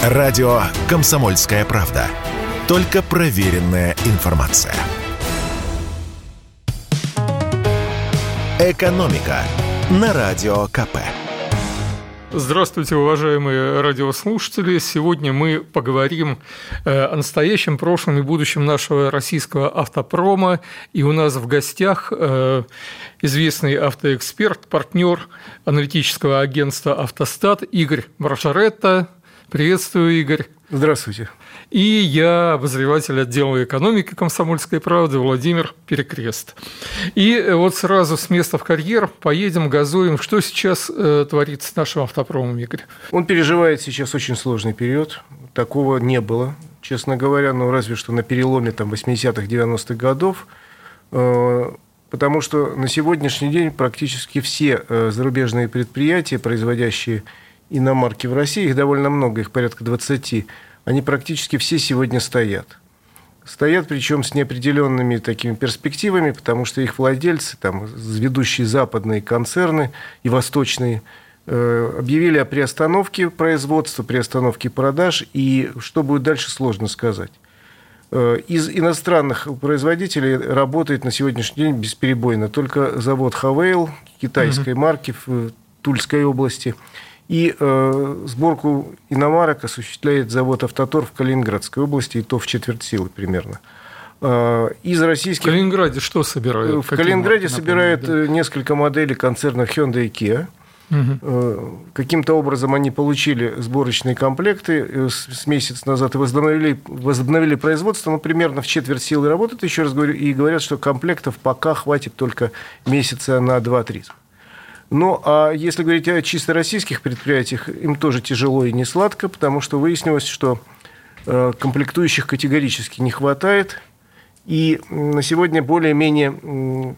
Радио «Комсомольская правда». Только проверенная информация. «Экономика» на Радио КП. Здравствуйте, уважаемые радиослушатели. Сегодня мы поговорим о настоящем, прошлом и будущем нашего российского автопрома. И у нас в гостях известный автоэксперт, партнер аналитического агентства «Автостат» Игорь Маржаретта. Приветствую, Игорь. Здравствуйте. И я, обозреватель отдела экономики «Комсомольской правды» Владимир Перекрест. И вот сразу с места в карьер поедем, газуем. Что сейчас творится с нашим автопромом, Игорь? Он переживает сейчас очень сложный период. Такого не было, честно говоря, разве что на переломе 80-х, 90-х годов. Потому что на сегодняшний день практически все зарубежные предприятия, производящие иномарки в России, их довольно много, их порядка 20, они практически все сегодня стоят. Стоят, причем с неопределенными такими перспективами, потому что их владельцы, ведущие западные концерны и восточные, объявили о приостановке производства, приостановке продаж, и что будет дальше, сложно сказать. Из иностранных производителей работает на сегодняшний день бесперебойно только завод Хавейл китайской марки в Тульской области. И сборку иномарок осуществляет завод «Автотор» в Калининградской области, и то в четверть силы примерно. Из российских... В Калининграде что собирают? В Калининграде собирают несколько моделей концернов Hyundai и Kia. Каким-то образом они получили сборочные комплекты с месяц назад и возобновили производство, но примерно в четверть силы работают, еще раз говорю, и говорят, что комплектов пока хватит только месяца на 2-3. Ну, а если говорить о чисто российских предприятиях, им тоже тяжело и не сладко, потому что выяснилось, что комплектующих категорически не хватает, и на сегодня более-менее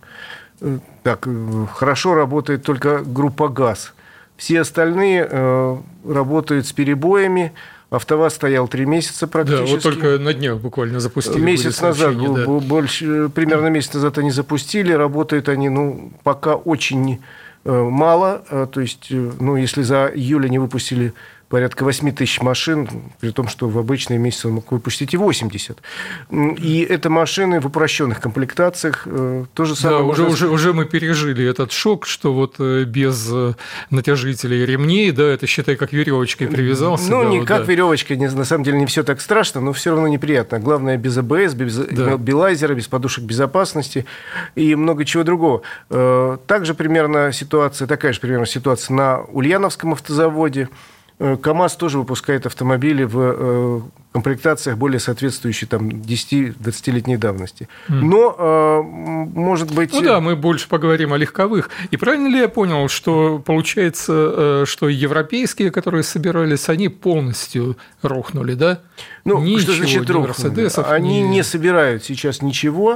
хорошо работает только группа ГАЗ. Все остальные работают с перебоями. АвтоВАЗ стоял 3 месяца практически. Да, вот только на днях буквально запустили. Месяц назад, примерно месяц назад они запустили. Работают они, пока очень мало, то есть, если за июль они выпустили порядка 8 тысяч машин, при том, что в обычные месяцы он мог выпустить и 80. И это машины в упрощенных комплектациях. То же самое. Да, уже мы пережили этот шок, что вот без натяжителей ремней, это, считай, как веревочкой привязался. Не как веревочкой, на самом деле не все так страшно, но все равно неприятно. Главное, без АБС, без билайзера, без подушек безопасности и много чего другого. Такая же примерно ситуация на Ульяновском автозаводе. КАМАЗ тоже выпускает автомобили в комплектациях, более соответствующие 10-20-летней давности. Но, может быть... мы больше поговорим о легковых. И правильно ли я понял, что получается, что европейские, которые собирались, они полностью рухнули, да? Что значит рухнули? Они не собирают сейчас ничего,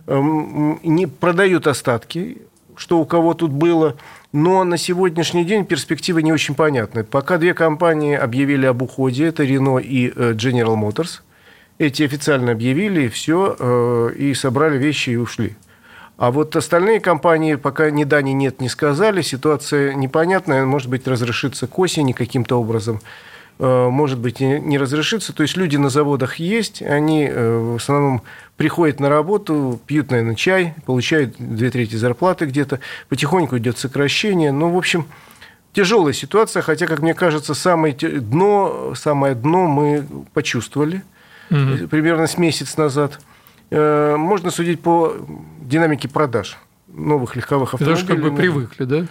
не продают остатки, что у кого тут было. Но на сегодняшний день перспективы не очень понятны. Пока 2 компании объявили об уходе, это Renault и General Motors. Эти официально объявили, и все, и собрали вещи и ушли. А вот остальные компании пока ни да, ни нет не сказали. Ситуация непонятная, может быть, разрешится к осени каким-то образом. Может быть, не разрешится. То есть люди на заводах есть, они в основном приходят на работу, пьют, наверное, чай, получают 2/3 зарплаты где-то, потихоньку идет сокращение. В общем, тяжелая ситуация, хотя, как мне кажется, самое дно мы почувствовали примерно с месяц назад. Можно судить по динамике продаж новых легковых автомобилей. Даже привыкли, да?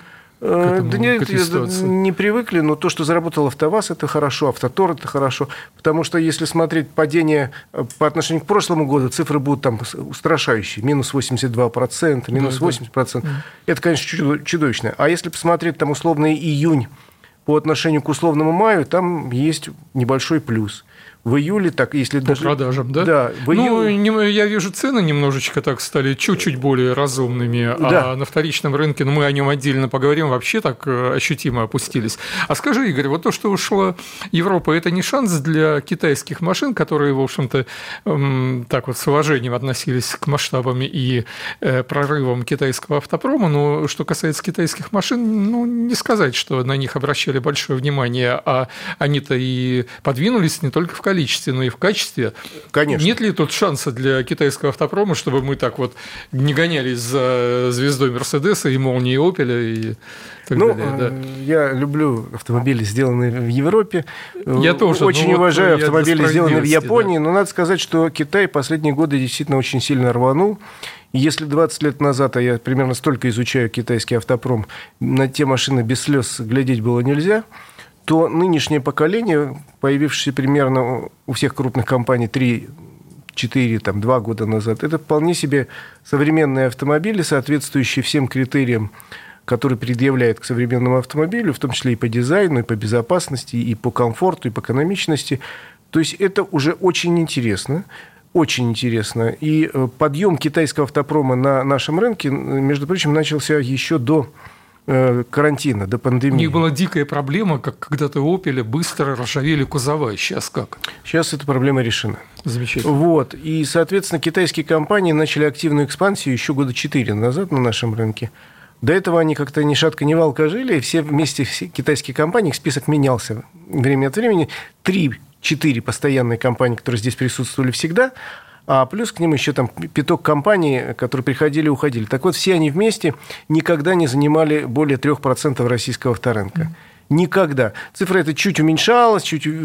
Не привыкли, но то, что заработал АвтоВАЗ, это хорошо, Автотор, это хорошо, потому что если смотреть падение по отношению к прошлому году, цифры будут устрашающие, минус 82%, минус 80%, это, конечно, чудовищно. А если посмотреть условный июнь по отношению к условному маю, там есть небольшой плюс. в июле, так если по даже... продажам, да? Да. Я вижу, цены немножечко так стали чуть-чуть более разумными, да. А на вторичном рынке, мы о нем отдельно поговорим, вообще так ощутимо опустились. А скажи, Игорь, вот то, что ушла Европа, это не шанс для китайских машин, которые, в общем-то, так вот с уважением относились к масштабам и прорывам китайского автопрома, но что касается китайских машин, не сказать, что на них обращали большое внимание, а они-то и подвинулись не только в количестве, но и в качестве. Конечно. Нет ли тут шанса для китайского автопрома, чтобы мы так вот не гонялись за звездой Мерседеса и молнией Опеля и так далее? Да. Я люблю автомобили, сделанные в Европе. Я тоже. Очень уважаю автомобили, сделанные в Японии. Да. Но надо сказать, что Китай последние годы действительно очень сильно рванул. Если 20 лет назад, а я примерно столько изучаю китайский автопром, на те машины без слез глядеть было нельзя, то нынешнее поколение, появившееся примерно у всех крупных компаний 3-4, 2 года назад, это вполне себе современные автомобили, соответствующие всем критериям, которые предъявляют к современному автомобилю, в том числе и по дизайну, и по безопасности, и по комфорту, и по экономичности. То есть это уже очень интересно. Очень интересно. И подъем китайского автопрома на нашем рынке, между прочим, начался еще до карантина, до пандемии. У них была дикая проблема, как когда-то у «Опеля» быстро ржавели кузова. Сейчас как? Сейчас эта проблема решена. Замечательно. Вот. И, соответственно, китайские компании начали активную экспансию еще года 4 назад на нашем рынке. До этого они как-то ни шатка, ни валка жили, и все китайские компании, их список менялся время от времени. 3-4 постоянные компании, которые здесь присутствовали всегда, а плюс к ним еще пяток компаний, которые приходили и уходили. Так вот, все они вместе никогда не занимали более 3% российского авторынка. Никогда. Цифра эта чуть уменьшалась,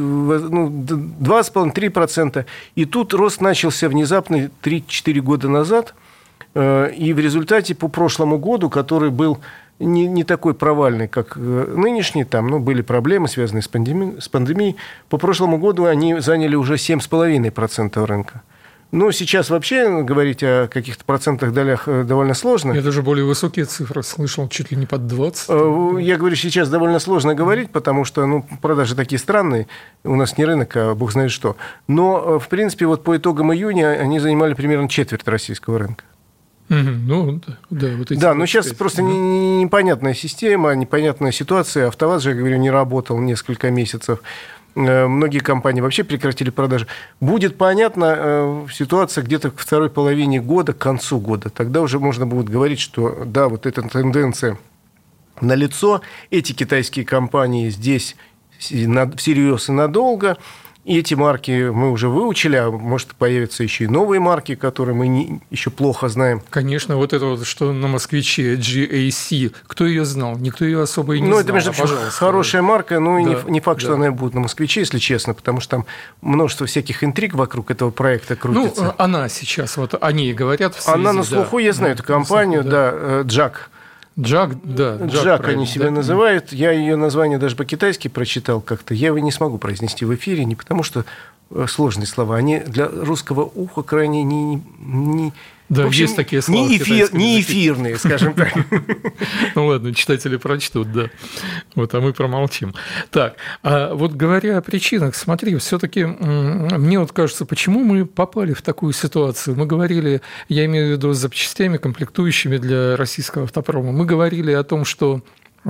2,5-3%. И тут рост начался внезапно 3-4 года назад. И в результате по прошлому году, который был не такой провальный, как нынешний, были проблемы, связанные с пандемией, по прошлому году они заняли уже 7,5% рынка. Сейчас вообще говорить о каких-то процентных долях довольно сложно. Я даже более высокие цифры слышал, чуть ли не под 20. Я говорю, сейчас довольно сложно говорить, потому что продажи такие странные. У нас не рынок, а бог знает что. Но, в принципе, вот по итогам июня они занимали примерно четверть российского рынка. Но сейчас просто непонятная система, непонятная ситуация. АвтоВАЗ же, я говорю, не работал несколько месяцев. Многие компании вообще прекратили продажи. Будет понятна ситуация где-то к второй половине года, к концу года. Тогда уже можно будет говорить, что да, вот эта тенденция налицо. Эти китайские компании здесь всерьез и надолго. И эти марки мы уже выучили, а может появятся еще и новые марки, которые мы еще плохо знаем. Конечно, вот это вот, что на «Москвиче» GAC, кто ее знал? Никто ее особо и не знал. Это, между прочим, хорошая марка, но не факт, что она будет на «Москвиче», если честно, потому что там множество всяких интриг вокруг этого проекта крутится. Она сейчас, вот о ней говорят в связи. Она на слуху, я знаю эту компанию, Джак. Джак они себя называют. Я ее название даже по-китайски прочитал как-то. Я его не смогу произнести в эфире, не потому что сложные слова. Они для русского уха крайне не Да, в общем, есть такие слова. Не эфирные, скажем так. Ну ладно, читатели прочтут, да. Вот, а мы промолчим. Так, а вот говоря о причинах, смотри, все-таки мне вот кажется, почему мы попали в такую ситуацию. Мы говорили, я имею в виду с запчастями, комплектующими для российского автопрома, мы говорили о том, что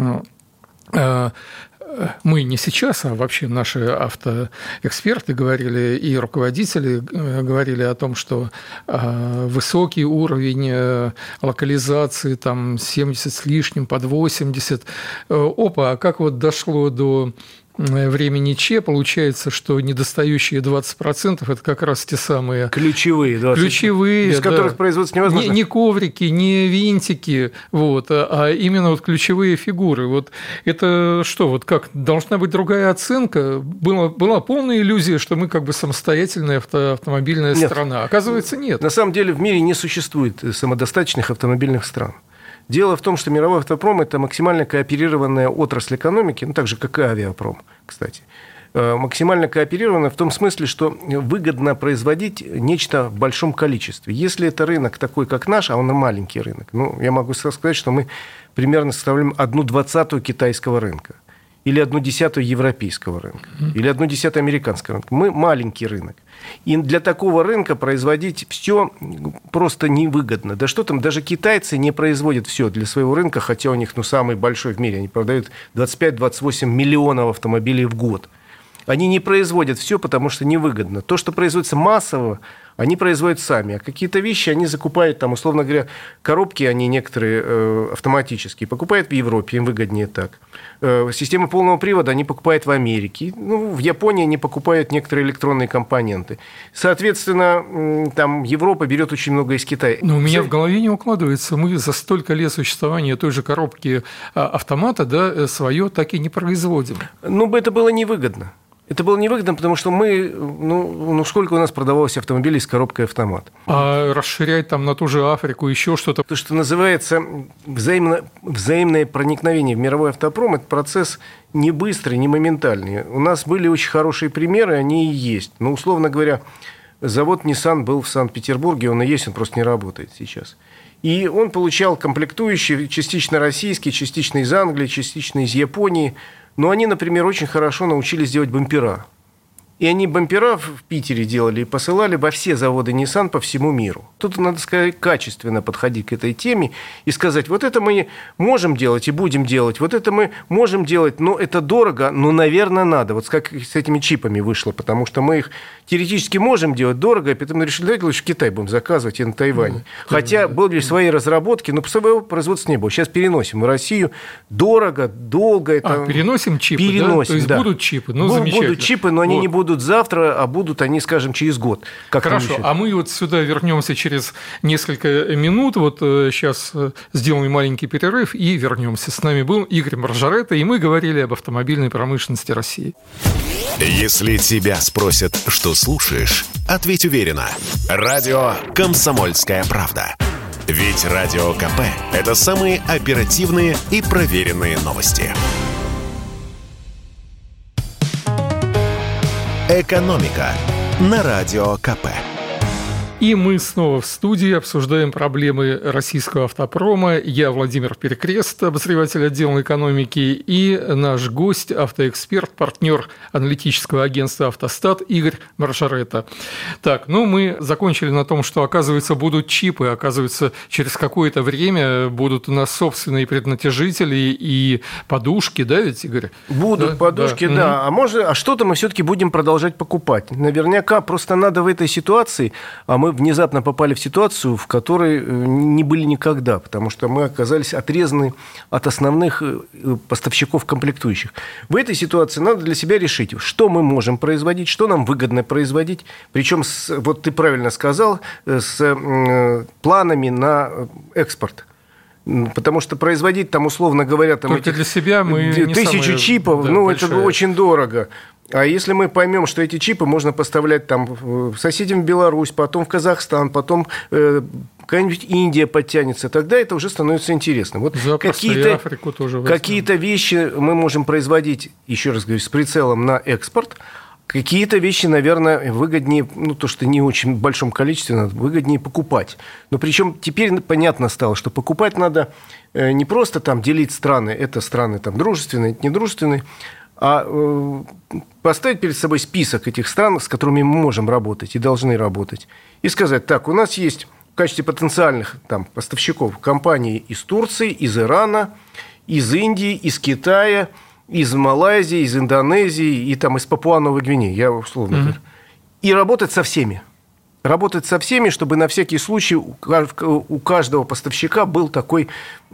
мы не сейчас, а вообще наши автоэксперты говорили, и руководители говорили о том, что высокий уровень локализации, там 70 с лишним, под 80. А как вот дошло до времени Че, получается, что недостающие 20% – это как раз те самые… Ключевые 20%. Без которых производство невозможно. Не коврики, не винтики, а именно вот ключевые фигуры. Вот это что, вот как, должна быть другая оценка? Была полная иллюзия, что мы как бы самостоятельная автомобильная страна. Оказывается, нет. На самом деле в мире не существует самодостаточных автомобильных стран. Дело в том, что мировой автопром – это максимально кооперированная отрасль экономики, так же, как и авиапром, кстати. Максимально кооперированная в том смысле, что выгодно производить нечто в большом количестве. Если это рынок такой, как наш, а он маленький рынок, я могу сказать, что мы примерно составляем 1/20 китайского рынка. или 1/10 европейского рынка, или 1/10 американского рынка. Мы маленький рынок. И для такого рынка производить все просто невыгодно. Да что там, даже китайцы не производят все для своего рынка, хотя у них самый большой в мире. Они продают 25-28 миллионов автомобилей в год. Они не производят все, потому что невыгодно. То, что производится массово, они производят сами. А какие-то вещи они закупают, там, условно говоря, коробки, они некоторые автоматические, покупают в Европе, им выгоднее так. Системы полного привода они покупают в Америке. В Японии они покупают некоторые электронные компоненты. Соответственно, там Европа берет очень много из Китая. Но у меня в голове не укладывается. Мы за столько лет существования той же коробки автомата, свое так и не производим. Это было невыгодно. Это было невыгодно, потому что мы, сколько у нас продавалось автомобилей с коробкой автомат. А расширять там на ту же Африку, еще что-то? То, что называется взаимное проникновение в мировой автопром, это процесс не быстрый, не моментальный. У нас были очень хорошие примеры, они и есть. Условно говоря, завод Nissan был в Санкт-Петербурге, он и есть, он просто не работает сейчас. И он получал комплектующие, частично российские, частично из Англии, частично из Японии. Но они, например, очень хорошо научились делать бампера. И они бампера в Питере делали и посылали во все заводы Nissan по всему миру. Тут надо сказать, качественно подходить к этой теме и сказать, вот это мы можем делать и будем делать, вот это мы можем делать, но это дорого, но, наверное, надо. Вот как с этими чипами вышло, потому что мы их теоретически можем делать дорого, и поэтому решили, давайте лучше в Китай будем заказывать и на Тайване. Хотя были свои разработки, но своего производства не было. Сейчас переносим в Россию. Дорого, долго. Это... переносим чипы, переносим, То есть будут чипы, замечательно. Будут чипы, но они не будут завтра, а будут они, скажем, через год. Хорошо, а мы вот сюда вернемся через несколько минут. Вот сейчас сделаем маленький перерыв и вернемся. С нами был Игорь Маржаретта, и мы говорили об автомобильной промышленности России. Если тебя спросят, что слушаешь, ответь уверенно. Радио «Комсомольская правда». Ведь Радио КП – это самые оперативные и проверенные новости. «Экономика» на Радио КП. И мы снова в студии обсуждаем проблемы российского автопрома. Я Владимир Перекрест, обозреватель отдела экономики, и наш гость, автоэксперт, партнер аналитического агентства «Автостат» Игорь Маржаретта. Так, мы закончили на том, что, оказывается, будут чипы, оказывается, через какое-то время будут у нас собственные преднатяжители и подушки, да, ведь, Игорь? Будут подушки, да. А что-то мы все-таки будем продолжать покупать. Наверняка просто надо в этой ситуации, а мы внезапно попали в ситуацию, в которой не были никогда, потому что мы оказались отрезаны от основных поставщиков комплектующих. В этой ситуации надо для себя решить, что мы можем производить, что нам выгодно производить, причем, вот ты правильно сказал, с планами на экспорт. Потому что производить там, условно говоря, там только для себя мы не 1000 чипов, это очень дорого. А если мы поймем, что эти чипы можно поставлять там соседям в Беларусь, потом в Казахстан, потом какая-нибудь Индия подтянется, тогда это уже становится интересно. Вот какие-то вещи мы можем производить, еще раз говорю, с прицелом на экспорт. Какие-то вещи, наверное, выгоднее, то, что не очень в большом количестве, надо выгоднее покупать. Но причем теперь понятно стало, что покупать надо не просто там делить страны, это страны там дружественные, это недружественные, а поставить перед собой список этих стран, с которыми мы можем работать и должны работать, и сказать, так, у нас есть в качестве потенциальных там поставщиков компании из Турции, из Ирана, из Индии, из Китая, из Малайзии, из Индонезии и там из Папуа-Новой Гвинеи, я условно говорю. И работать со всеми. Работать со всеми, чтобы на всякий случай у каждого поставщика был такой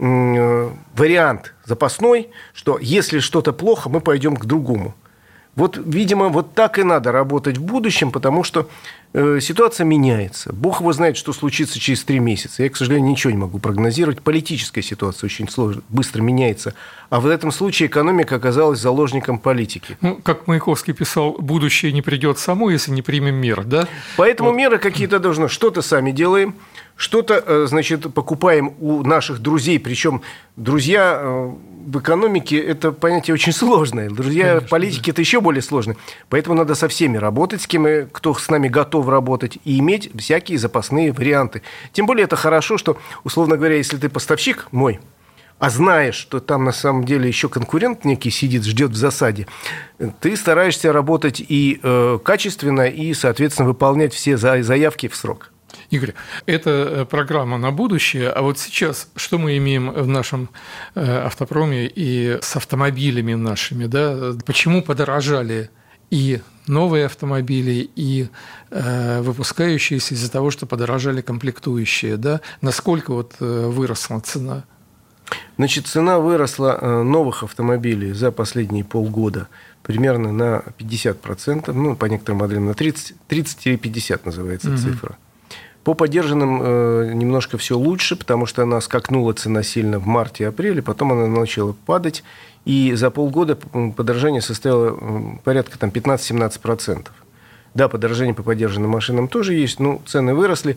вариант запасной, что если что-то плохо, мы пойдем к другому. Вот, видимо, вот так и надо работать в будущем, потому что ситуация меняется. Бог его знает, что случится через 3 месяца. Я, к сожалению, ничего не могу прогнозировать. Политическая ситуация очень сложно, быстро меняется. А в этом случае экономика оказалась заложником политики. Как Маяковский писал, будущее не придет само, если не примем мер, да? Поэтому меры какие-то должны. Что-то сами делаем, что-то, значит, покупаем у наших друзей. Причем друзья в экономике – это понятие очень сложное. Друзья, конечно, в политике – это еще более сложно. Поэтому надо со всеми работать, с кем, кто с нами готов работать, и иметь всякие запасные варианты. Тем более это хорошо, что, условно говоря, если ты поставщик мой, а знаешь, что там на самом деле еще конкурент некий сидит, ждет в засаде, ты стараешься работать и качественно, и, соответственно, выполнять все заявки в срок. Игорь, это программа на будущее, а вот сейчас что мы имеем в нашем автопроме и с автомобилями нашими, да? Почему подорожали и новые автомобили, и выпускающиеся из-за того, что подорожали комплектующие, да? Насколько вот выросла цена? Значит, цена выросла новых автомобилей за последние полгода примерно на 50%, ну, по некоторым моделям на 30-50 называется цифра. По подержанным немножко все лучше, потому что она скакнула цена сильно в марте-апреле, потом она начала падать, и за полгода подорожание составило порядка 15-17%. Да, подорожание по подержанным машинам тоже есть, но цены выросли,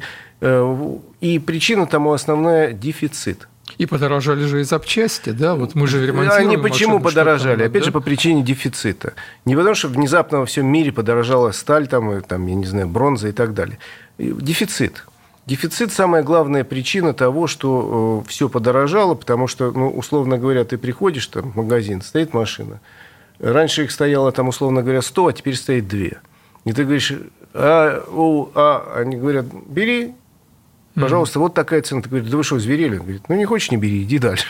и причина тому основная – дефицит. И подорожали же и запчасти, да? Вот мы же ремонтируем Они почему машину, подорожали? Опять же, по причине дефицита. Не потому, что внезапно во всем мире подорожала сталь, там, я не знаю, бронза и так далее. Дефицит. Дефицит – самая главная причина того, что все подорожало, потому что, ну, условно говоря, ты приходишь там, в магазин, стоит машина. Раньше их стояло, там, условно говоря, 100, а теперь стоит 2. И ты говоришь, они говорят, бери, пожалуйста, вот такая цена. Ты говоришь, да вы что, зверели? Он говорит, ну, не хочешь, не бери, иди дальше.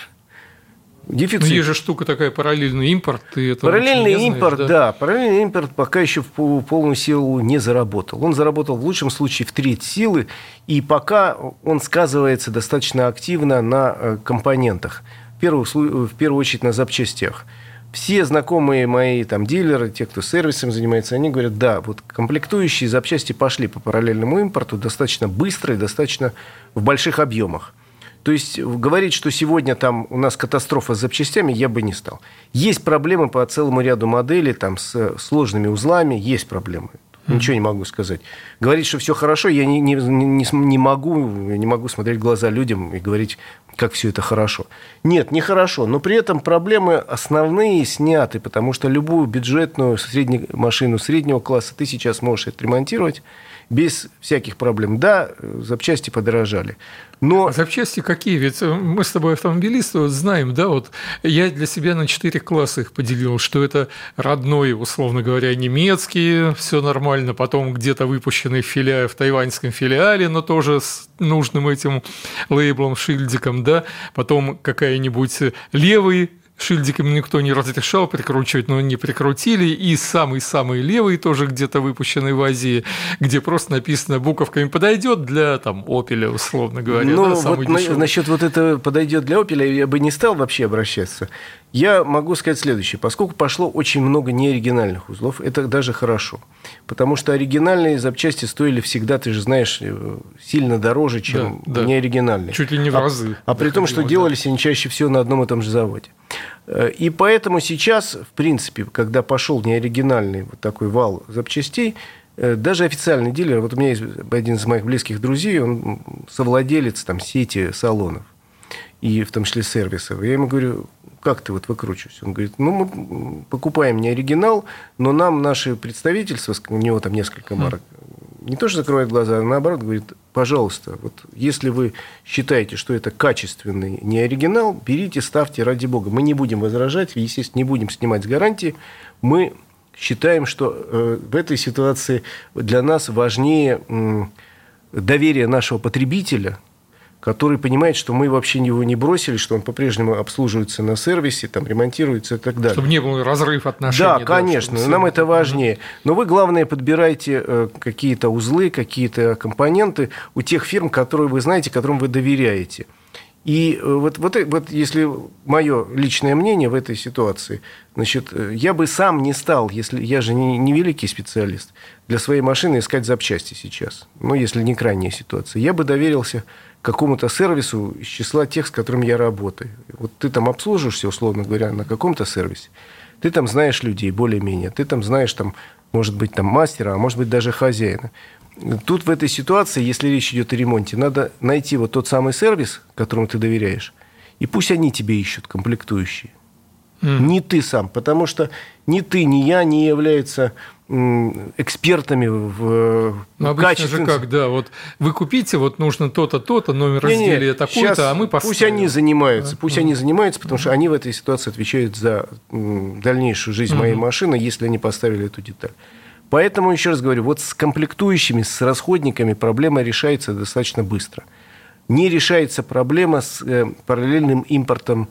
Дефицит. Ну, есть же штука такая, параллельный импорт. Ты это параллельный не импорт, знаешь, да? Да. Параллельный импорт пока еще в полную силу не заработал. Он заработал в лучшем случае в треть силы, и пока он сказывается достаточно активно на компонентах. В первую очередь на запчастях. Все знакомые мои там, дилеры, те, кто сервисом занимается, они говорят, да, вот комплектующие запчасти пошли по параллельному импорту достаточно быстро и достаточно в больших объемах. То есть говорить, что сегодня там у нас катастрофа с запчастями, я бы не стал. Есть проблемы по целому ряду моделей там, с сложными узлами, есть проблемы. Ничего не могу сказать. Говорить, что все хорошо, я не могу смотреть в глаза людям и говорить, как все это хорошо. Нет, не хорошо, но при этом проблемы основные сняты, потому что любую бюджетную машину среднего класса ты сейчас можешь отремонтировать без всяких проблем. Да, запчасти подорожали. Но... А запчасти какие? Ведь мы с тобой автомобилисты вот знаем, да, вот я для себя на 4 класса их поделил, что это родной, условно говоря, немецкий, все нормально, потом где-то выпущенный в тайваньском филиале, но тоже с нужным этим лейблом, шильдиком, да, потом какая-нибудь левый, шильдиком никто не разрешал прикручивать, но не прикрутили. И самый-самый левый, тоже где-то выпущенный в Азии, где просто написано буковками «подойдет для там, «Опеля», условно говоря». Ну, да, вот насчет вот этого «подойдет для «Опеля» я бы не стал вообще обращаться. Я могу сказать следующее. Поскольку пошло очень много неоригинальных узлов, это даже хорошо. Потому что оригинальные запчасти стоили всегда, ты же знаешь, сильно дороже, чем неоригинальные. Чуть ли не в разы. А при том, что делались они чаще всего на одном и том же заводе. И поэтому сейчас, в принципе, когда пошел неоригинальный вот такой вал запчастей, даже официальный дилер, вот у меня есть один из моих близких друзей, он совладелец там, сети салонов, и в том числе сервисов. Я ему говорю, как ты вот выкручиваешься? Он говорит, ну, мы покупаем не оригинал, но нам наши представительства, у него там несколько марок, не то что закрывает глаза, а наоборот говорит, пожалуйста, вот если вы считаете, что это качественный не оригинал, берите, ставьте, ради бога. Мы не будем возражать, естественно, не будем снимать с гарантии. Мы считаем, что в этой ситуации для нас важнее доверие нашего потребителя, который понимает, что мы вообще его не бросили, что он по-прежнему обслуживается на сервисе, там, ремонтируется и так далее. Чтобы не был разрыв отношений. Да, конечно, нам это важнее. Но вы, главное, подбирайте какие-то узлы, какие-то компоненты у тех фирм, которые вы знаете, которым вы доверяете. И вот если мое личное мнение в этой ситуации, значит, я бы сам не стал, если я же не великий специалист, для своей машины искать запчасти сейчас, ну, если не крайняя ситуация, я бы доверился какому-то сервису из числа тех, с которыми я работаю. Вот ты там обслуживаешься, условно говоря, на каком-то сервисе, ты там знаешь людей более-менее, ты там знаешь, там, может быть, там мастера, а может быть, даже хозяина. Тут в этой ситуации, если речь идет о ремонте, надо найти вот тот самый сервис, которому ты доверяешь, и пусть они тебе ищут комплектующие. Не ты сам, потому что ни ты, ни я не являются экспертами в качестве. Обычно же как, да, вот вы купите, вот нужно то-то, то-то, номер изделия такой-то, а мы поставим. Пусть они занимаются, потому что они в этой ситуации отвечают за дальнейшую жизнь моей машины, если они поставили эту деталь. Поэтому, еще раз говорю, вот с комплектующими, с расходниками проблема решается достаточно быстро. Не решается проблема с параллельным импортом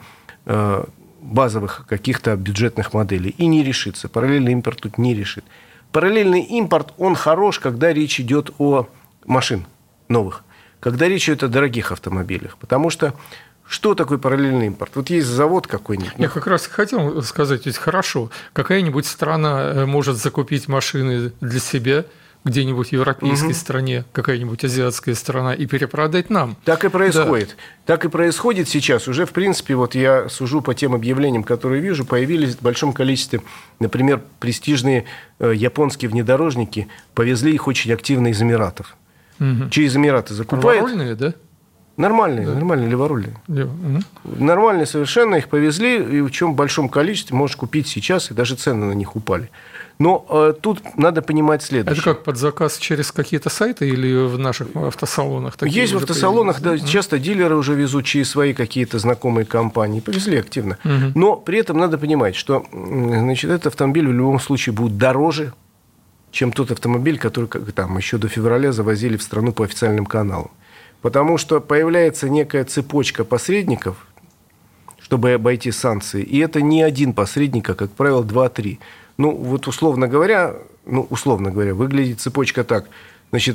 базовых каких-то бюджетных моделей. И не решится. Параллельный импорт тут не решит. Параллельный импорт, он хорош, когда речь идет о машинах новых, когда речь идет о дорогих автомобилях. Потому что что такое параллельный импорт? Вот есть завод какой-нибудь. Я как раз хотел сказать, ведь хорошо, какая-нибудь страна может закупить машины для себя, где-нибудь в европейской стране, какая-нибудь азиатская страна, и перепродать нам. Так и происходит. Да. Так и происходит сейчас. Уже, в принципе, вот я сужу по тем объявлениям, которые вижу, появились в большом количестве, например, престижные японские внедорожники, повезли их очень активно из Эмиратов. Через Эмираты закупают. Леворульные, да? Нормальные, да. Нормальные леворульные. Нормальные совершенно, их повезли, и в чем большом количестве можешь купить сейчас, и даже цены на них упали. Но тут надо понимать следующее. Это как под заказ через какие-то сайты или в наших автосалонах? Есть в автосалонах, да, часто дилеры уже везут через свои какие-то знакомые компании. Повезли активно. Но при этом надо понимать, что значит, этот автомобиль в любом случае будет дороже, чем тот автомобиль, который там, еще до февраля завозили в страну по официальным каналам. Потому что появляется некая цепочка посредников, чтобы обойти санкции. И это не один посредник, а, как правило, 2-3. Ну, вот условно говоря, выглядит цепочка так. Значит,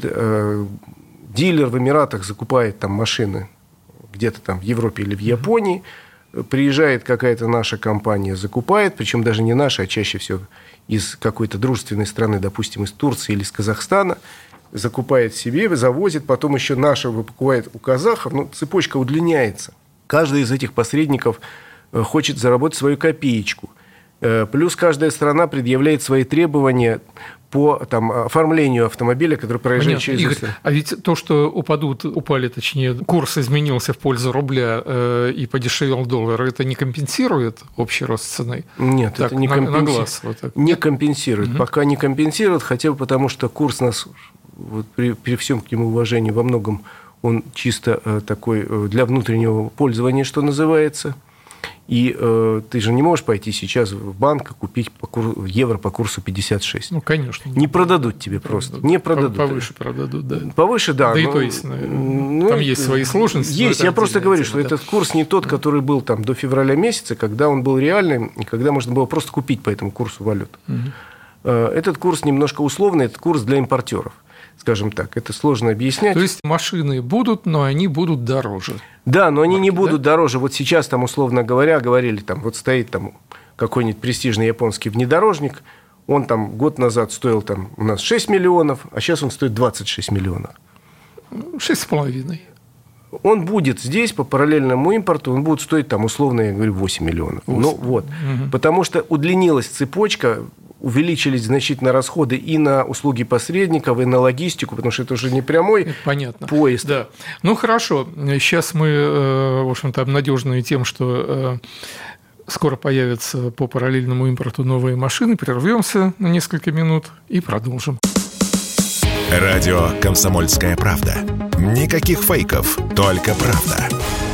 дилер в Эмиратах закупает там машины где-то там в Европе или в Японии. Приезжает какая-то наша компания, закупает, причем даже не наша, а чаще всего из какой-то дружественной страны, допустим, из Турции или из Казахстана, закупает себе, завозит, потом еще наша покупает у казахов. Ну, цепочка удлиняется. Каждый из этих посредников хочет заработать свою копеечку. Плюс каждая страна предъявляет свои требования по оформлению автомобиля, который проезжает через Игорь, а ведь то, что упали, курс изменился в пользу рубля и подешевел доллар, это не компенсирует общий рост цены? Нет, так, это не компенсирует. На глаз, вот так. Не компенсирует. Пока не компенсирует, хотя бы потому, что курс нас, вот, при всем к нему уважении, во многом он чисто такой для внутреннего пользования, что называется. И ты же не можешь пойти сейчас в банк и купить евро по курсу 56. Ну, конечно. Не продадут тебе просто. Не продадут. Повыше продадут, да. Повыше, да. Да и то есть, там есть свои сложности. Есть. Я просто говорю, что этот курс не тот, который был там до февраля месяца, когда он был реальным, и когда можно было просто купить по этому курсу валюту. Этот курс немножко условный, это курс для импортеров. Скажем так, это сложно объяснять. То есть машины будут, но они будут дороже. Да, но они не будут дороже. Вот сейчас, там, условно говоря, говорили, там, вот стоит там какой-нибудь престижный японский внедорожник, он там год назад стоил там, у нас 6 миллионов, а сейчас он стоит 26 миллионов. 6,5. Он будет здесь по параллельному импорту, он будет стоить, там, условно, я говорю, 8 миллионов. 8. Ну, вот. Потому что удлинилась цепочка, увеличились значительно расходы и на услуги посредников, и на логистику, потому что это уже не прямой поезд. Да. Ну, хорошо. Сейчас мы, в общем-то, обнадежены тем, что скоро появятся по параллельному импорту новые машины. Прервемся на несколько минут и продолжим. Радио «Комсомольская правда». Никаких фейков, только правда.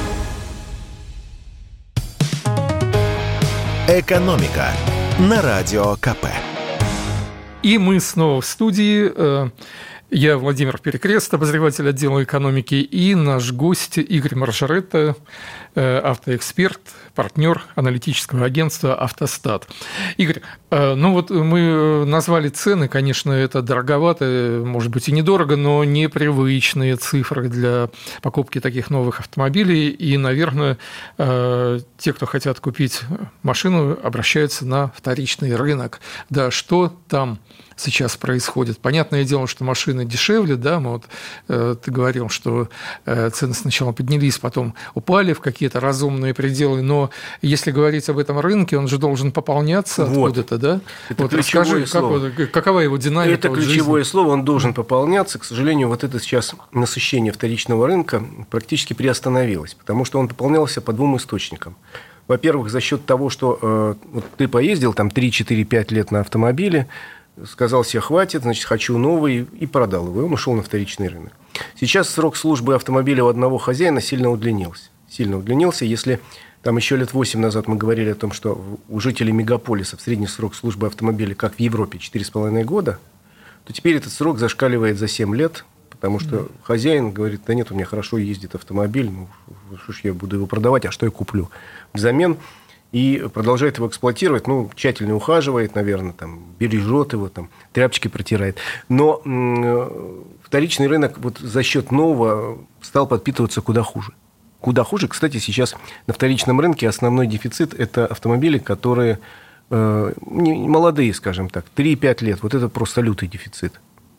«Экономика» на Радио КП. И мы снова в студии. Я Владимир Перекрест, обозреватель отдела экономики, и наш гость Игорь Маржаретта, автоэксперт, партнер аналитического агентства «Автостат». Игорь, ну вот мы назвали цены, конечно, это дороговато, может быть и недорого, но непривычные цифры для покупки таких новых автомобилей. И, наверное, те, кто хотят купить машину, обращаются на вторичный рынок. Да, что там сейчас происходит? Понятное дело, что машины дешевле, да, вот, ты говорил, что цены сначала поднялись, потом упали в какие-то разумные пределы, но если говорить об этом рынке, он же должен пополняться откуда-то, да? Это вот расскажи, какова его динамика? Это ключевое слово, он должен пополняться. К сожалению, вот это сейчас насыщение вторичного рынка практически приостановилось, потому что он пополнялся по двум источникам. Во-первых, за счет того, что вот ты поездил там 3, 4, 5 лет на автомобиле, сказал себе, хватит, значит, хочу новый, и продал его, и он ушел на вторичный рынок. Сейчас срок службы автомобиля у одного хозяина сильно удлинился. Если там еще лет 8 назад мы говорили о том, что у жителей мегаполисов средний срок службы автомобиля, как в Европе, 4,5 года, то теперь этот срок зашкаливает за 7 лет, потому что хозяин говорит, да нет, у меня хорошо ездит автомобиль, ну что ж я буду его продавать, а что я куплю взамен? И продолжает его эксплуатировать, ну, тщательно ухаживает, наверное, там, бережет его, там, тряпочки протирает. Но вторичный рынок вот за счет нового стал подпитываться куда хуже. Куда хуже. Кстати, сейчас на вторичном рынке основной дефицит – это автомобили, которые молодые, скажем так, 3-5 лет. Вот это просто лютый дефицит.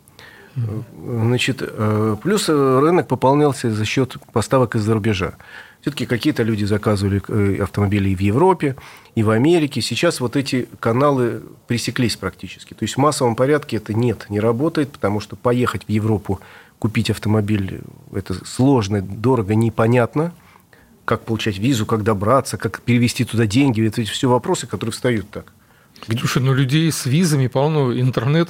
Значит, плюс рынок пополнялся за счет поставок из-за рубежа. Все-таки какие-то люди заказывали автомобили и в Европе, и в Америке. Сейчас вот эти каналы пресеклись практически. То есть в массовом порядке это не работает, потому что поехать в Европу, купить автомобиль, это сложно, дорого, непонятно. Как получать визу, как добраться, как перевести туда деньги. Это все вопросы, которые встают так. Слушай, ну людей с визами полно, интернет,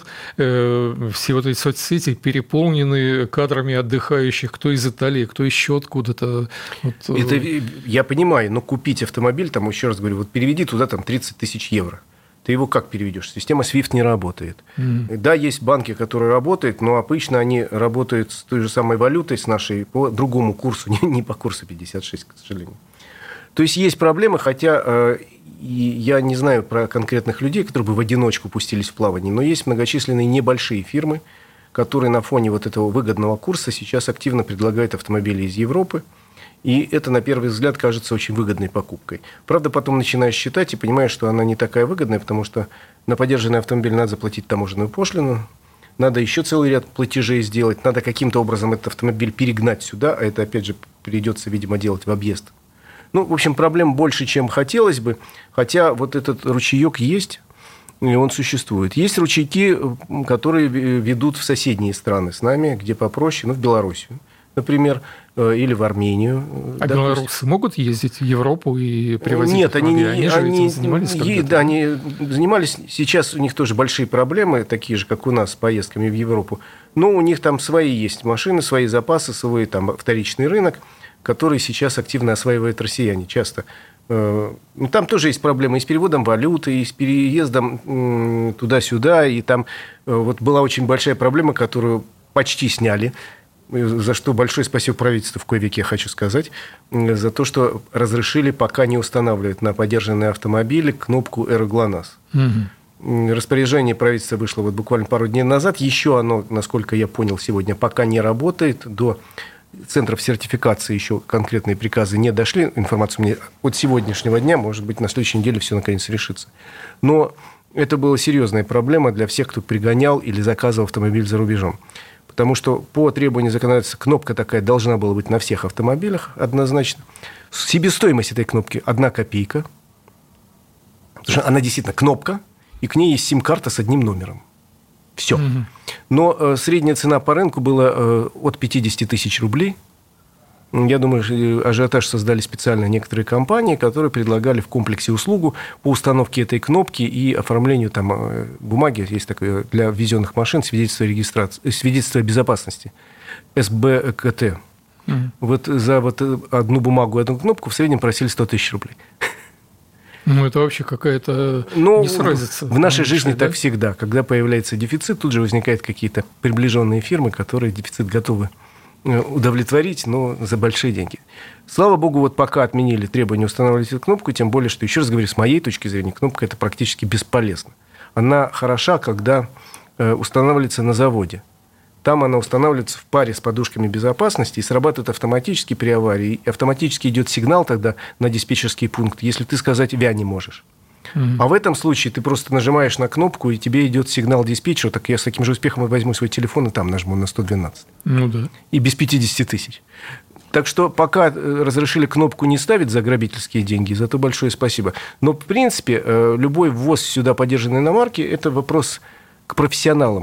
все вот эти соцсети переполнены кадрами отдыхающих, кто из Италии, кто еще откуда-то. Вот. Это я понимаю, но купить автомобиль, там, еще раз говорю, вот переведи туда там 30 тысяч евро. Ты его как переведешь? Система SWIFT не работает. Да, есть банки, которые работают, но обычно они работают с той же самой валютой, с нашей, по другому курсу, не по курсу 56, к сожалению. То есть проблемы, хотя и я не знаю про конкретных людей, которые бы в одиночку пустились в плавание, но есть многочисленные небольшие фирмы, которые на фоне вот этого выгодного курса сейчас активно предлагают автомобили из Европы. И это, на первый взгляд, кажется очень выгодной покупкой. Правда, потом начинаешь считать и понимаешь, что она не такая выгодная, потому что на подержанный автомобиль надо заплатить таможенную пошлину, надо еще целый ряд платежей сделать, надо каким-то образом этот автомобиль перегнать сюда, а это, опять же, придется, видимо, делать в объезд. Ну, в общем, проблем больше, чем хотелось бы, хотя вот этот ручеек есть, и он существует. Есть ручейки, которые ведут в соседние страны с нами, где попроще, ну, в Белоруссию, например, или в Армению. А белорусы могут ездить в Европу и привозить? Нет, они этим занимались когда-то? Да, они занимались. Сейчас у них тоже большие проблемы, такие же, как у нас, с поездками в Европу. Но у них там свои есть машины, свои запасы, свой там вторичный рынок, который сейчас активно осваивают россияне часто. Там тоже есть проблемы и с переводом валюты, и с переездом туда-сюда. И там вот была очень большая проблема, которую почти сняли, за что большое спасибо правительству в кое-веке, хочу сказать, за то, что разрешили пока не устанавливать на подержанные автомобили кнопку «ЭРО-ГЛОНАСС». Угу. Распоряжение правительства вышло вот буквально пару дней назад. Еще оно, насколько я понял, сегодня пока не работает. До центров сертификации еще конкретные приказы не дошли. Информацию мне от сегодняшнего дня, может быть, на следующей неделе все наконец решится. Но это была серьезная проблема для всех, кто пригонял или заказывал автомобиль за рубежом. Потому что по требованию законодательства кнопка такая должна была быть на всех автомобилях однозначно. Себестоимость этой кнопки 1 копейка. Потому что она действительно кнопка, и к ней есть сим-карта с одним номером. Все. Угу. Но средняя цена по рынку была от 50 тысяч рублей. Я думаю, ажиотаж создали специально некоторые компании, которые предлагали в комплексе услугу по установке этой кнопки и оформлению там бумаги, есть такое для ввезенных машин, свидетельство безопасности, СБКТ. Угу. Вот за вот одну бумагу, одну кнопку в среднем просили 100 тысяч рублей. Ну, это вообще какая-то несуразица. В нашей жизни так всегда. Когда появляется дефицит, тут же возникают какие-то приближенные фирмы, которые дефицит готовы удовлетворить, но за большие деньги. Слава богу, вот пока отменили требование устанавливать эту кнопку, тем более, что, еще раз говорю, с моей точки зрения, кнопка это практически бесполезна. Она хороша, когда устанавливается на заводе. Там она устанавливается в паре с подушками безопасности и срабатывает автоматически при аварии. И автоматически идет сигнал тогда на диспетчерский пункт, если ты сказать «вя» не можешь. А в этом случае ты просто нажимаешь на кнопку, и тебе идет сигнал диспетчера. Так я с таким же успехом возьму свой телефон и там нажму на 112. Ну да. И без 50 тысяч. Так что пока разрешили кнопку не ставить за грабительские деньги, зато большое спасибо. Но, в принципе, любой ввоз сюда подержанной иномарки – это вопрос к профессионалам.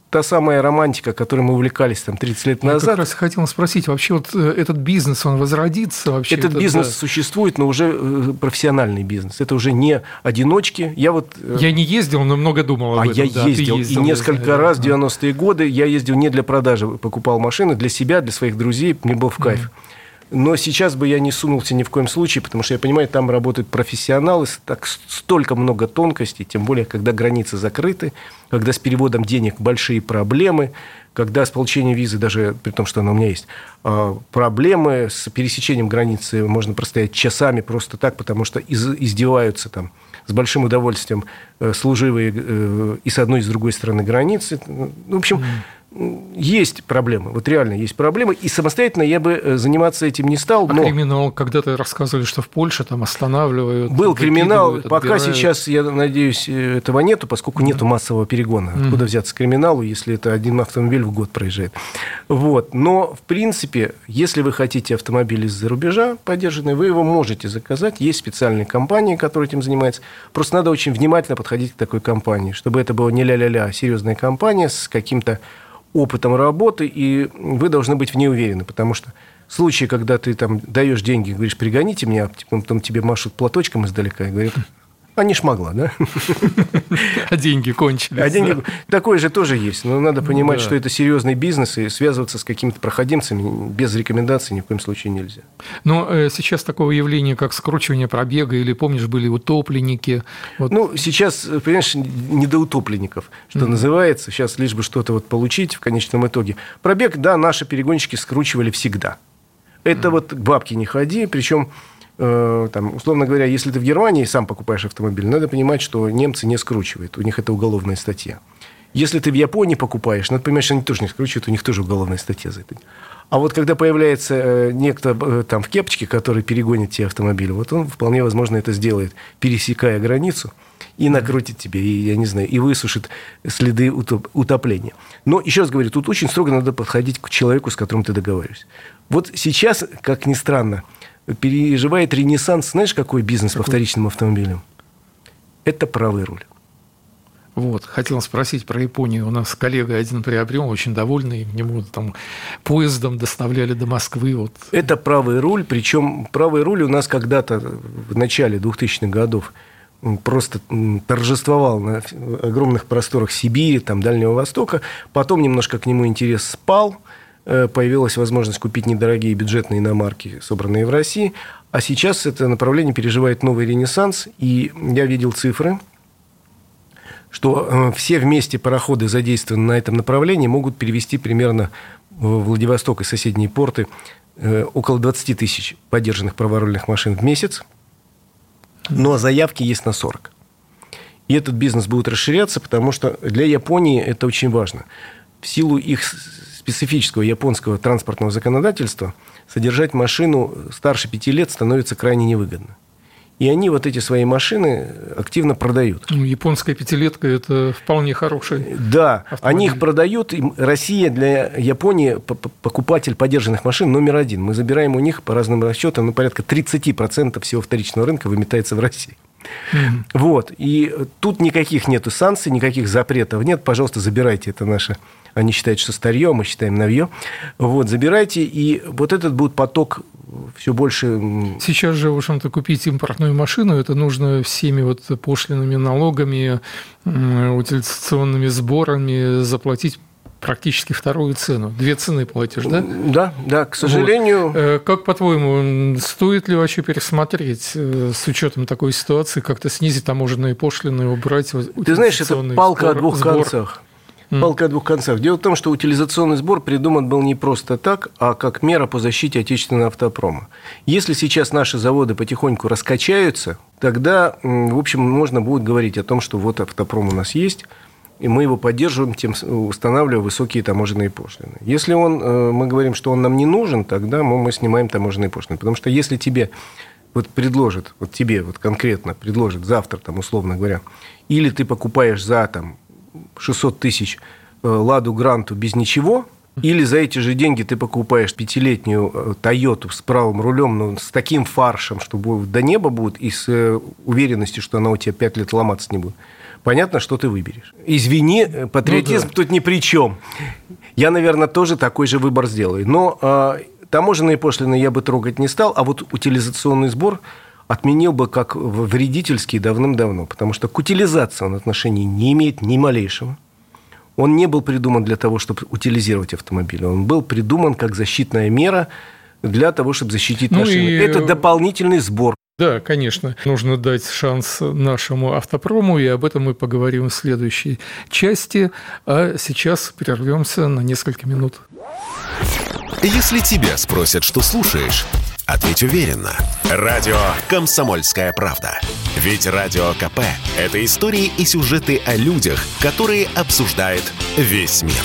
та самая романтика, которой мы увлекались там 30 лет назад. Я как раз хотел спросить, вообще вот этот бизнес, он возродится вообще? Этот бизнес существует, но уже профессиональный бизнес. Это уже не одиночки. Я не ездил, но много думал об этом. Я ездил. И несколько раз в 90-е годы я ездил не для продажи, покупал машины, для себя, для своих друзей. Мне был в кайф. Но сейчас бы я не сунулся ни в коем случае, потому что я понимаю, там работают профессионалы, столько много тонкостей, тем более, когда границы закрыты, когда с переводом денег большие проблемы, когда с получением визы, даже при том, что она у меня есть, проблемы с пересечением границы, можно простоять часами просто так, потому что издеваются там с большим удовольствием служивые и с одной, и с другой стороны границы. В общем, есть проблемы, вот реально есть проблемы, и самостоятельно я бы заниматься этим не стал. Но... криминал, когда-то рассказывали, что в Польше там останавливают. Был криминал, пока сейчас, я надеюсь, этого нету, поскольку нету массового перегона. Откуда взяться криминалу, если это один автомобиль в год проезжает? Вот. Но, в принципе, если вы хотите автомобиль из-за рубежа подержанный, вы его можете заказать. Есть специальные компании, которые этим занимаются. Просто надо очень внимательно подходить к такой компании, чтобы это была не ля-ля-ля, а серьезная компания с каким-то опытом работы, и вы должны быть в ней уверены, потому что в случае, когда ты там даешь деньги, говоришь, пригоните меня, потом тебе машут платочком издалека и говорят, а не шмогла, да? А деньги кончились. А деньги... Такое же тоже есть, но надо понимать, что это серьезный бизнес, и связываться с какими-то проходимцами без рекомендаций ни в коем случае нельзя. Но сейчас такого явления, как скручивание пробега, или, помнишь, были утопленники? Вот. Ну, сейчас, понимаешь, не до утопленников, что называется. Сейчас лишь бы что-то вот получить в конечном итоге. Пробег, да, наши перегонщики скручивали всегда. Это вот к бабке не ходи, причем... Там, условно говоря, если ты в Германии сам покупаешь автомобиль, надо понимать, что немцы не скручивают, у них это уголовная статья. Если ты в Японии покупаешь, надо понимать, что они тоже не скручивают, у них тоже уголовная статья за это. А вот когда появляется некто там в кепочке, который перегонит тебе автомобиль, вот он вполне возможно это сделает, пересекая границу, и накрутит тебе, и, я не знаю, и высушит следы утопления. Но, еще раз говорю, тут очень строго надо подходить к человеку, с которым ты договариваешься. Вот сейчас, как ни странно, переживает ренессанс, знаешь, какой бизнес по вторичным автомобилям? Это правый руль. Вот, хотел спросить про Японию. У нас коллега один приобрел, очень довольный, ему там поездом доставляли до Москвы. Вот. Это правый руль, причем правый руль у нас когда-то в начале 2000-х годов просто торжествовал на огромных просторах Сибири, там, Дальнего Востока. Потом немножко к нему интерес спал. Появилась возможность купить недорогие бюджетные иномарки, собранные в России. А сейчас это направление переживает новый ренессанс. И я видел цифры, что все вместе пароходы, задействованные на этом направлении, могут перевезти примерно в Владивосток и соседние порты около 20 тысяч подержанных праворульных машин в месяц. Но заявки есть на 40. И этот бизнес будет расширяться, потому что для Японии это очень важно. В силу их специфического японского транспортного законодательства содержать машину старше 5 лет становится крайне невыгодно. И они вот эти свои машины активно продают. Ну, японская пятилетка – это вполне хороший Да, автомобиль. Они их продают. И Россия для Японии покупатель подержанных машин номер один. Мы забираем у них, по разным расчетам, порядка 30% всего вторичного рынка выметается в России. Вот. И тут никаких нету санкций, никаких запретов нет. Пожалуйста, забирайте, это наше... Они считают, что старье, мы считаем новье. Вот, забирайте, и вот этот будет поток все больше... Сейчас же, в общем-то, купить импортную машину, это нужно всеми вот пошлинами, налогами, утилизационными сборами заплатить практически вторую цену. 2 цены платишь, да? Да, к сожалению. Вот. Как, по-твоему, стоит ли вообще пересмотреть с учетом такой ситуации, как-то снизить таможенные пошлины, убрать утилизационный Ты знаешь, это палка о двух концах. Палка о двух концах. Дело в том, что утилизационный сбор придуман был не просто так, а как мера по защите отечественного автопрома. Если сейчас наши заводы потихоньку раскачаются, тогда, в общем, можно будет говорить о том, что вот автопром у нас есть, и мы его поддерживаем, тем устанавливая высокие таможенные пошлины. Если мы говорим, что он нам не нужен, тогда мы снимаем таможенные пошлины. Потому что если тебе вот предложат, вот тебе вот конкретно предложат завтра, там, условно говоря, или ты покупаешь за там 600 тысяч «Ладу Гранту» без ничего, или за эти же деньги ты покупаешь 5-летнюю «Тойоту» с правым рулем, но с таким фаршем, что до неба будет, и с уверенностью, что она у тебя 5 лет ломаться не будет. понятно, что ты выберешь. Извини, патриотизм тут ни при чем. Я, наверное, тоже такой же выбор сделаю. Но таможенные пошлины я бы трогать не стал, а вот утилизационный сбор отменил бы как вредительский давным-давно, потому что к утилизации он отношения не имеет ни малейшего. Он не был придуман для того, чтобы утилизировать автомобили. Он был придуман как защитная мера для того, чтобы защитить машины. Это дополнительный сбор. Да, конечно. Нужно дать шанс нашему автопрому, и об этом мы поговорим в следующей части. А сейчас прервемся на несколько минут. Если тебя спросят, что слушаешь, ответь уверенно. Радио «Комсомольская правда». Ведь Радио КП – это истории и сюжеты о людях, которые обсуждает весь мир.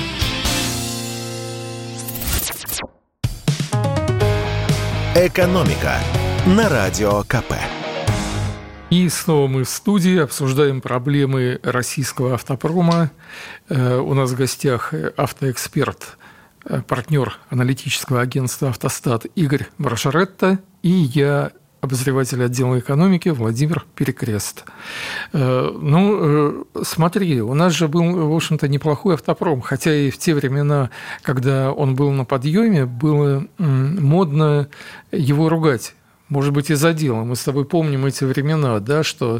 «Экономика» на Радио КП. И снова мы в студии обсуждаем проблемы российского автопрома. У нас в гостях автоэксперт, партнер аналитического агентства «Автостат» Игорь Маржаретта и я, обозреватель отдела экономики Владимир Перекрест. Смотри, у нас же был, в общем-то, неплохой автопром, хотя и в те времена, когда он был на подъеме, было модно его ругать. Может быть, из-за дела. Мы с тобой помним эти времена, да, что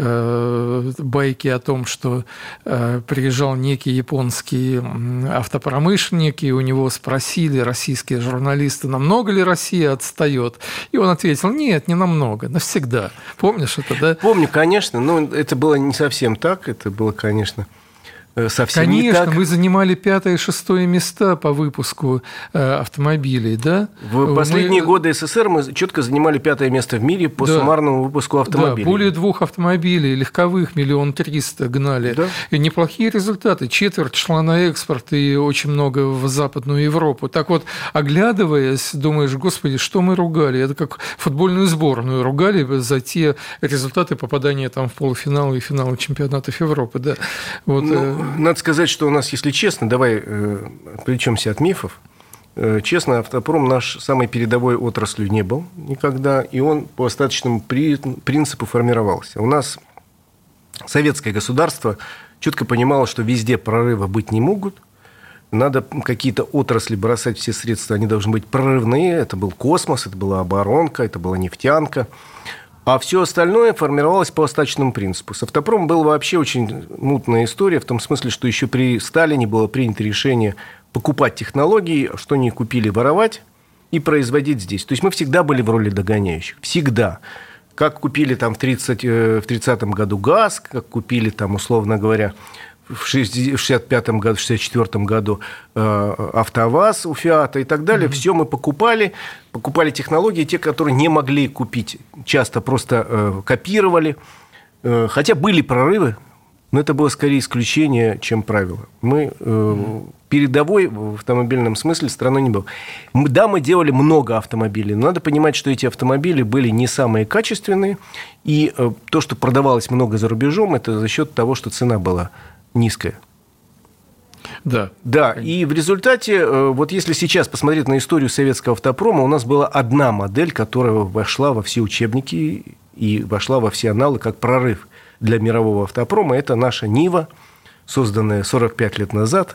байки о том, что приезжал некий японский автопромышленник, и у него спросили российские журналисты, намного ли Россия отстает. И он ответил: нет, не намного, навсегда. Помнишь это, да? Помню, конечно, но это было не совсем так. Это было, конечно, совсем конечно, не так. Мы занимали 5-е и 6-е места по выпуску автомобилей, да? В последние годы СССР мы четко занимали 5-е место в мире по суммарному выпуску автомобилей. Да, более 2 автомобилей, легковых 1 300 000 гнали. Да. И неплохие результаты. Четверть шла на экспорт и очень много в Западную Европу. Так вот, оглядываясь, думаешь: господи, что мы ругали? Это как футбольную сборную ругали за те результаты попадания там в полуфинал и финал чемпионатов Европы. Да. Вот, надо сказать, что у нас, если честно, давай отвлечемся от мифов. Честно, автопром наш самой передовой отраслью не был никогда, и он по остаточному принципу формировался. У нас советское государство четко понимало, что везде прорывы быть не могут. Надо какие-то отрасли бросать, все средства, они должны быть прорывные. Это был космос, это была оборонка, это была нефтянка. А все остальное формировалось по остаточному принципу. С автопромом была вообще очень мутная история, в том смысле, что еще при Сталине было принято решение покупать технологии, что не купили, воровать и производить здесь. То есть мы всегда были в роли догоняющих. Всегда. Как купили там в 30-м году ГАЗ, как купили там, условно говоря, в 65-м году, в 64-м году АвтоВАЗ у Фиата и так далее. Все мы покупали технологии, те, которые не могли купить, часто просто копировали. Хотя были прорывы, но это было скорее исключение, чем правило. Мы передовой в автомобильном смысле страной не был. Да, мы делали много автомобилей, но надо понимать, что эти автомобили были не самые качественные, и то, что продавалось много за рубежом, это за счет того, что цена была низкая. Да. Да, и в результате, вот если сейчас посмотреть на историю советского автопрома, у нас была одна модель, которая вошла во все учебники и вошла во все аналы как прорыв для мирового автопрома. Это наша Нива, созданная 45 лет назад.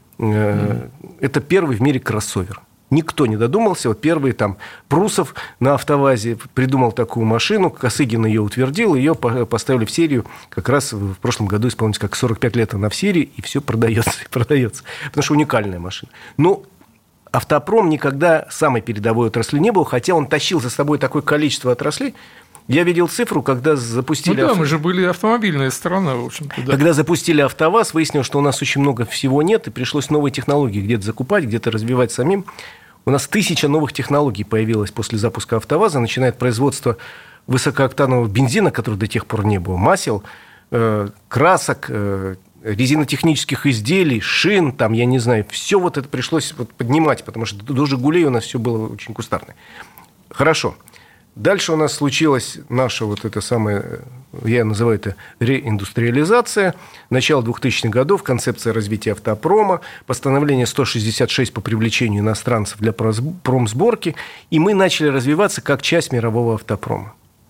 Это первый в мире кроссовер. Никто не додумался. Вот первый там Прусов на АвтоВАЗе придумал такую машину, Косыгин ее утвердил, ее поставили в серию. Как раз в прошлом году исполнилось как 45 лет она в серии, и все продается. Потому что уникальная машина. Но автопром никогда самой передовой отраслью не был, хотя он тащил за собой такое количество отраслей. Я видел цифру, когда запустили... Ну да, мы же были автомобильная страна, в общем-то. Да. Когда запустили АвтоВАЗ, выяснилось, что у нас очень много всего нет, и пришлось новые технологии где-то закупать, где-то развивать самим. У нас 1000 новых технологий появилось после запуска АвтоВАЗа, начиная от производства высокооктанового бензина, который до тех пор не было, масел, красок, резинотехнических изделий, шин, там, я не знаю, все вот это пришлось поднимать, потому что до «Жигулей» у нас все было очень кустарное. Хорошо. Дальше у нас случилась наша вот эта самая, я называю это реиндустриализация, начало 2000-х годов, концепция развития автопрома, постановление 166 по привлечению иностранцев для промсборки, и мы начали развиваться как часть мирового автопрома.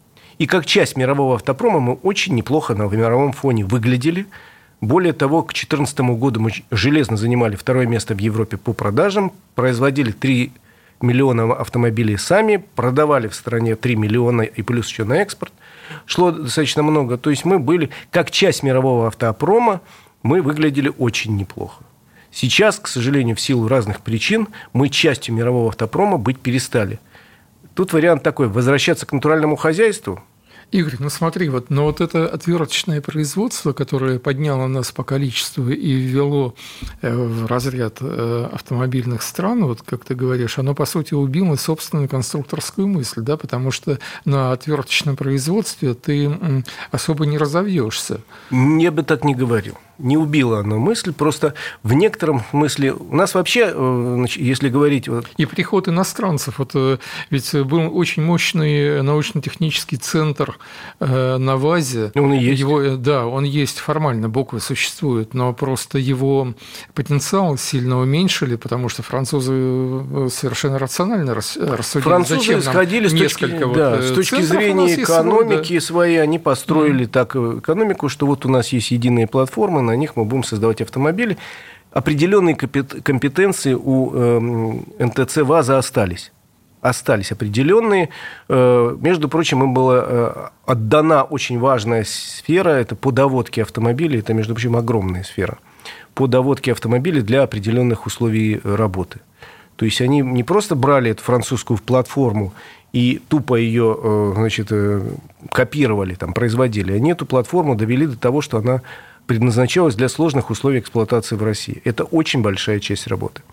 И как часть мирового автопрома мы очень неплохо на мировом фоне выглядели. Более того, к 2014 году мы железно занимали 2 место в Европе по продажам, производили 3 миллиона автомобилей сами, продавали в стране 3 миллиона и плюс еще на экспорт. Шло достаточно много. То есть мы были, как часть мирового автопрома, мы выглядели очень неплохо. Сейчас, к сожалению, в силу разных причин, мы частью мирового автопрома быть перестали. Тут вариант такой: возвращаться к натуральному хозяйству. Игорь, ну смотри, но вот это отверточное производство, которое подняло нас по количеству и ввело в разряд автомобильных стран, вот как ты говоришь, оно, по сути, убило собственную конструкторскую мысль, да, потому что на отверточном производстве ты особо не разовьешься. Я бы так не говорил. Не убила оно мысль, просто в некотором смысле у нас вообще, если говорить... И приход иностранцев. Ведь был очень мощный научно-технический центр на ВАЗе. Он и есть. Да, он есть формально, буквы существуют, но просто его потенциал сильно уменьшили, потому что французы совершенно рационально рассудили. Французы исходили с точки зрения экономики своей, они построили так экономику, что вот у нас есть единые платформы, на них мы будем создавать автомобили. Определенные компетенции у НТЦ ВАЗа остались определенные. Между прочим, им была отдана очень важная сфера, это по доводке автомобилей, это, между прочим, огромная сфера, по доводке автомобилей для определенных условий работы. То есть они не просто брали эту французскую платформу и тупо ее, копировали, производили, они эту платформу довели до того, что она предназначалась для сложных условий эксплуатации в России. Это очень большая часть работы.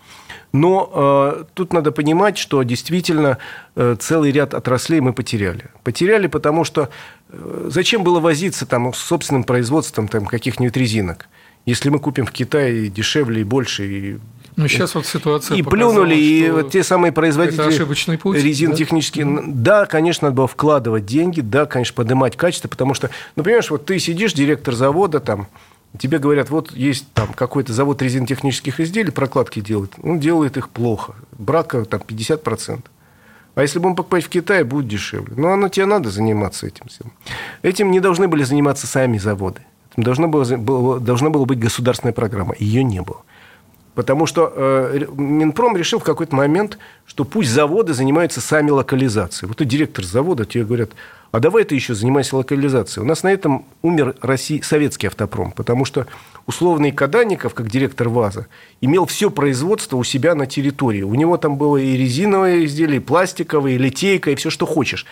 Но тут надо понимать, что действительно целый ряд отраслей мы потеряли. Потеряли, потому что зачем было возиться с собственным производством каких-нибудь резинок, если мы купим в Китае дешевле и больше, сейчас вот ситуация и плюнули, и вот те самые производители резин технические. Да, конечно, надо было вкладывать деньги, да, конечно, поднимать качество, потому что, понимаешь, вот ты сидишь, директор завода, тебе говорят, вот есть какой-то завод резинотехнических изделий, прокладки делает, он делает их плохо, брака 50%. А если будем покупать в Китае, будет дешевле. Но тебе надо заниматься этим всем. Этим не должны были заниматься сами заводы. Этим должна была быть государственная программа. Ее не было. Потому что Минпром решил в какой-то момент, что пусть заводы занимаются сами локализацией. Вот и директор завода тебе говорят, а давай ты еще занимайся локализацией. У нас на этом умер советский автопром, потому что условный Каданников, как директор ВАЗа, имел все производство у себя на территории. У него там было и резиновые изделия, и пластиковые, и литейка, и все, что хочешь.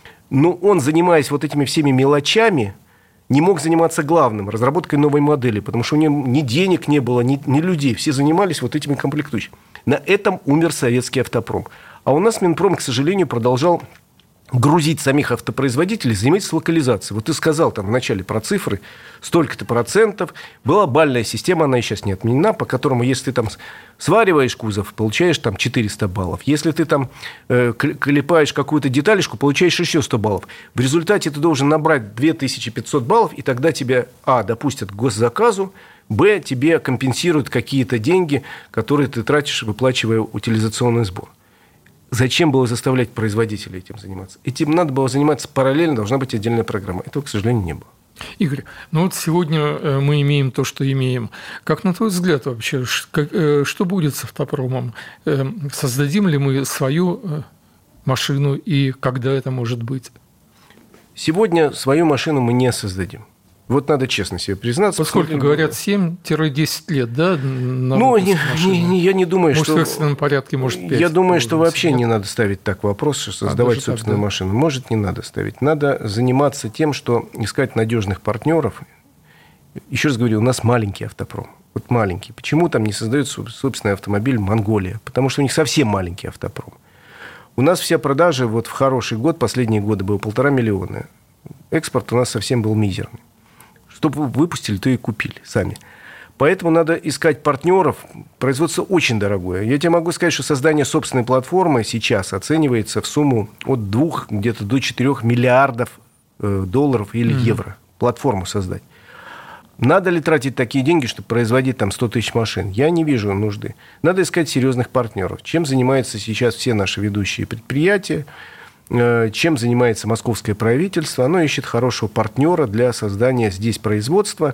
Но он, занимаясь вот этими всеми мелочами, не мог заниматься главным, разработкой новой модели, потому что у него ни денег не было, ни людей. Все занимались вот этими комплектующими. На этом умер советский автопром. А у нас Минпром, к сожалению, продолжал грузить самих автопроизводителей, заниматься локализацией. Вот ты сказал в начале про цифры, столько-то процентов. Была бальная система, она и сейчас не отменена, по которому, если ты свариваешь кузов, получаешь 400 баллов. Если ты клепаешь какую-то деталишку, получаешь еще 100 баллов. В результате ты должен набрать 2500 баллов, и тогда тебя, допустят к госзаказу, б, тебе компенсируют какие-то деньги, которые ты тратишь, выплачивая утилизационный сбор. Зачем было заставлять производителей этим заниматься? Этим надо было заниматься параллельно, должна быть отдельная программа. Этого, к сожалению, не было. Игорь, вот сегодня мы имеем то, что имеем. Как на твой взгляд вообще, что будет с автопромом? Создадим ли мы свою машину и когда это может быть? Сегодня свою машину мы не создадим. Вот надо честно себе признаться. Поскольку говорят 7-10 лет, да? Я не думаю, что... Может, в экстренном порядке, может, 5. Я думаю, что вообще не надо ставить так вопрос, что создавать собственную машину. Может, не надо ставить. Надо заниматься тем, что искать надежных партнеров. Еще раз говорю, у нас маленький автопром. Вот маленький. Почему там не создают собственный автомобиль Монголия? Потому что у них совсем маленький автопром. У нас все продажи в хороший год, последние годы было 1,5 миллиона. Экспорт у нас совсем был мизерный. Чтобы выпустили, то и купили сами. Поэтому надо искать партнеров. Производство очень дорогое. Я тебе могу сказать, что создание собственной платформы сейчас оценивается в сумму от 2 где-то до 4 миллиардов долларов или евро. Платформу создать. Надо ли тратить такие деньги, чтобы производить 100 тысяч машин? Я не вижу нужды. Надо искать серьезных партнеров. Чем занимаются сейчас все наши ведущие предприятия? чем занимается московское правительство. Оно ищет хорошего партнера для создания здесь производства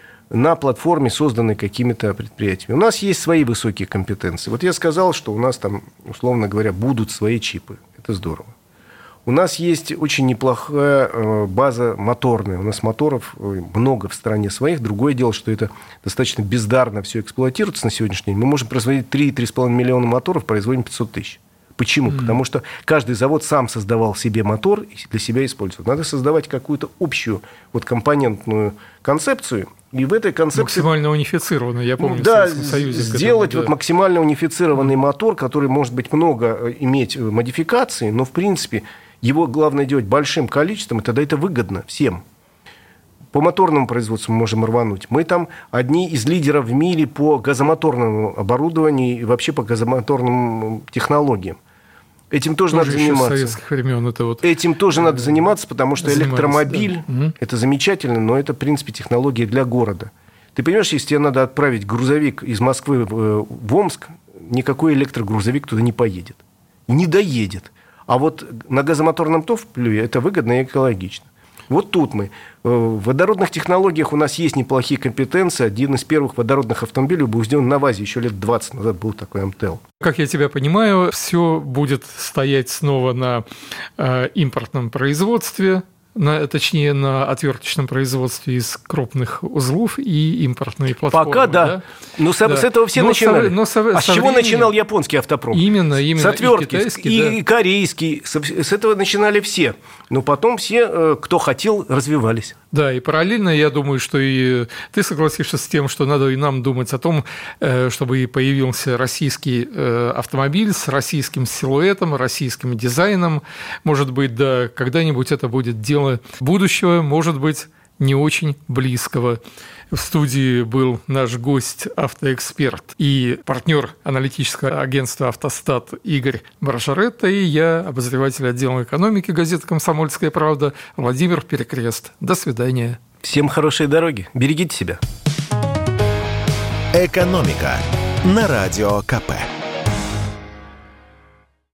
на платформе, созданной какими-то предприятиями. У нас есть свои высокие компетенции. Вот я сказал, что у нас там, условно говоря, будут свои чипы. Это здорово. У нас есть очень неплохая база моторная. У нас моторов много в стране своих. Другое дело, что это достаточно бездарно все эксплуатируется на сегодняшний день. Мы можем производить 3-3,5 миллиона моторов, производим 500 тысяч. Почему? Потому что каждый завод сам создавал себе мотор и для себя использовал. Надо создавать какую-то общую компонентную концепцию. И в этой концепции... Максимально унифицированный, я помню, да, в Советском Союзе. Сделать максимально унифицированный мотор, который может быть много иметь модификаций, но, в принципе, его главное делать большим количеством, и тогда это выгодно всем. По моторному производству мы можем рвануть. Мы там одни из лидеров в мире по газомоторному оборудованию и вообще по газомоторным технологиям. Этим тоже надо заниматься. С советских времен это вот... Этим тоже надо заниматься, потому что электромобиль – это замечательно, но это, в принципе, технология для города. Ты понимаешь, если тебе надо отправить грузовик из Москвы в Омск, никакой электрогрузовик туда не поедет. Не доедет. А вот на газомоторном топливе это выгодно и экологично. Вот тут мы. В водородных технологиях у нас есть неплохие компетенции. Один из первых водородных автомобилей был сделан на ВАЗе. Еще лет 20 назад был такой АМТЭЛ. Как я тебя понимаю, все будет стоять снова на импортном производстве, точнее, на отверточном производстве из крупных узлов и импортные платформы. Пока да. Но с этого все начинали. С чего начинал японский автопром? Именно. С отвертки. И корейский. С этого начинали все. Но потом все, кто хотел, развивались. Да, и параллельно, я думаю, что и ты согласишься с тем, что надо и нам думать о том, чтобы и появился российский автомобиль с российским силуэтом, российским дизайном. Может быть, да, когда-нибудь это будет дело будущего, может быть, не очень близкого. В студии был наш гость, автоэксперт и партнер аналитического агентства «Автостат» Игорь Маржаретта, и я, обозреватель отдела экономики газеты «Комсомольская правда» Владимир Перекрест. До свидания. Всем хорошей дороги. Берегите себя. «Экономика» на Радио КП.